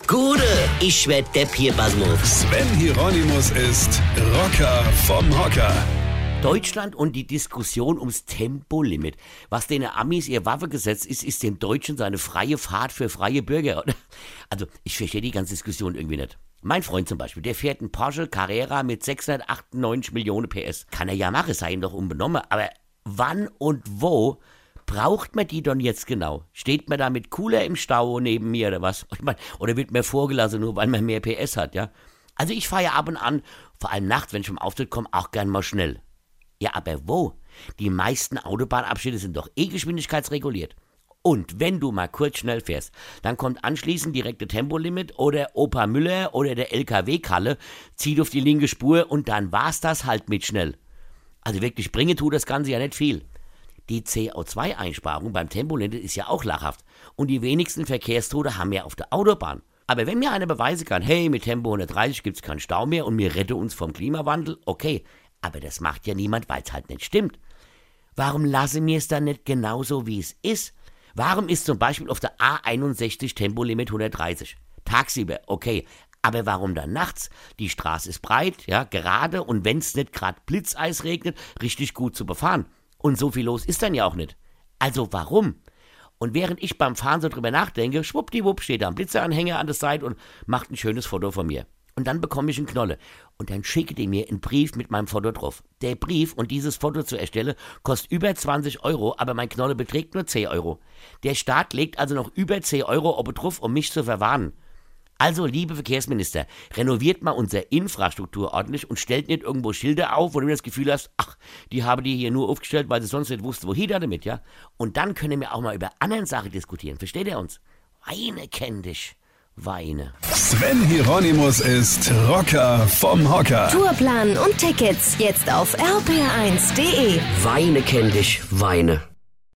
Gude, ich werd Depp hier, Basmus. Sven Hieronymus ist Rocker vom Hocker. Deutschland und die Diskussion ums Tempolimit. Was den Amis ihr Waffengesetz ist, ist dem Deutschen seine freie Fahrt für freie Bürger. Also, ich verstehe die ganze Diskussion irgendwie nicht. Mein Freund zum Beispiel, der fährt einen Porsche Carrera mit 698 Millionen PS. Kann er ja machen, sei ihm doch unbenommen. Aber wann und wo braucht man die denn jetzt genau? Steht man da mit Cooler im Stau neben mir oder was? Ich mein, oder wird mir vorgelassen, nur weil man mehr PS hat, ja? Also ich fahre ja ab und an, vor allem nachts, wenn ich vom Auftritt komme, auch gern mal schnell. Ja, aber wo? Die meisten Autobahnabschnitte sind doch geschwindigkeitsreguliert. Und wenn du mal kurz schnell fährst, dann kommt anschließend direkte Tempolimit oder Opa Müller oder der LKW-Kalle, zieht auf die linke Spur und dann war's das halt mit schnell. Also wirklich bringen tut das Ganze ja nicht viel. Die CO2-Einsparung beim Tempolimit ist ja auch lachhaft. Und die wenigsten Verkehrstote haben wir auf der Autobahn. Aber wenn mir einer beweisen kann, hey, mit Tempo 130 gibt's keinen Stau mehr und wir retten uns vom Klimawandel, okay. Aber das macht ja niemand, weil es halt nicht stimmt. Warum lassen wir es dann nicht genauso, wie es ist? Warum ist zum Beispiel auf der A61 Tempolimit 130? Tagsüber, okay. Aber warum dann nachts? Die Straße ist breit, ja, gerade und wenn es nicht gerade Blitzeis regnet, richtig gut zu befahren. Und so viel los ist dann ja auch nicht. Also warum? Und während ich beim Fahren so drüber nachdenke, schwuppdiwupp steht da ein Blitzeranhänger an der Seite und macht ein schönes Foto von mir. Und dann bekomme ich einen Knolle. Und dann schickt ihr mir einen Brief mit meinem Foto drauf. Der Brief und dieses Foto zu erstellen, kostet über 20 €, aber mein Knolle beträgt nur 10 €. Der Staat legt also noch über 10 € oben drauf, um mich zu verwarnen. Also, liebe Verkehrsminister, renoviert mal unsere Infrastruktur ordentlich und stellt nicht irgendwo Schilder auf, wo du das Gefühl hast, ach, die haben die hier nur aufgestellt, weil sie sonst nicht wussten, wohin damit, ja? Und dann können wir auch mal über andere Sachen diskutieren. Versteht ihr uns? Weine kenn dich. Weine. Sven Hieronymus ist Rocker vom Hocker. Tourplan und Tickets jetzt auf rpr1.de. Weine kenn dich, Weine.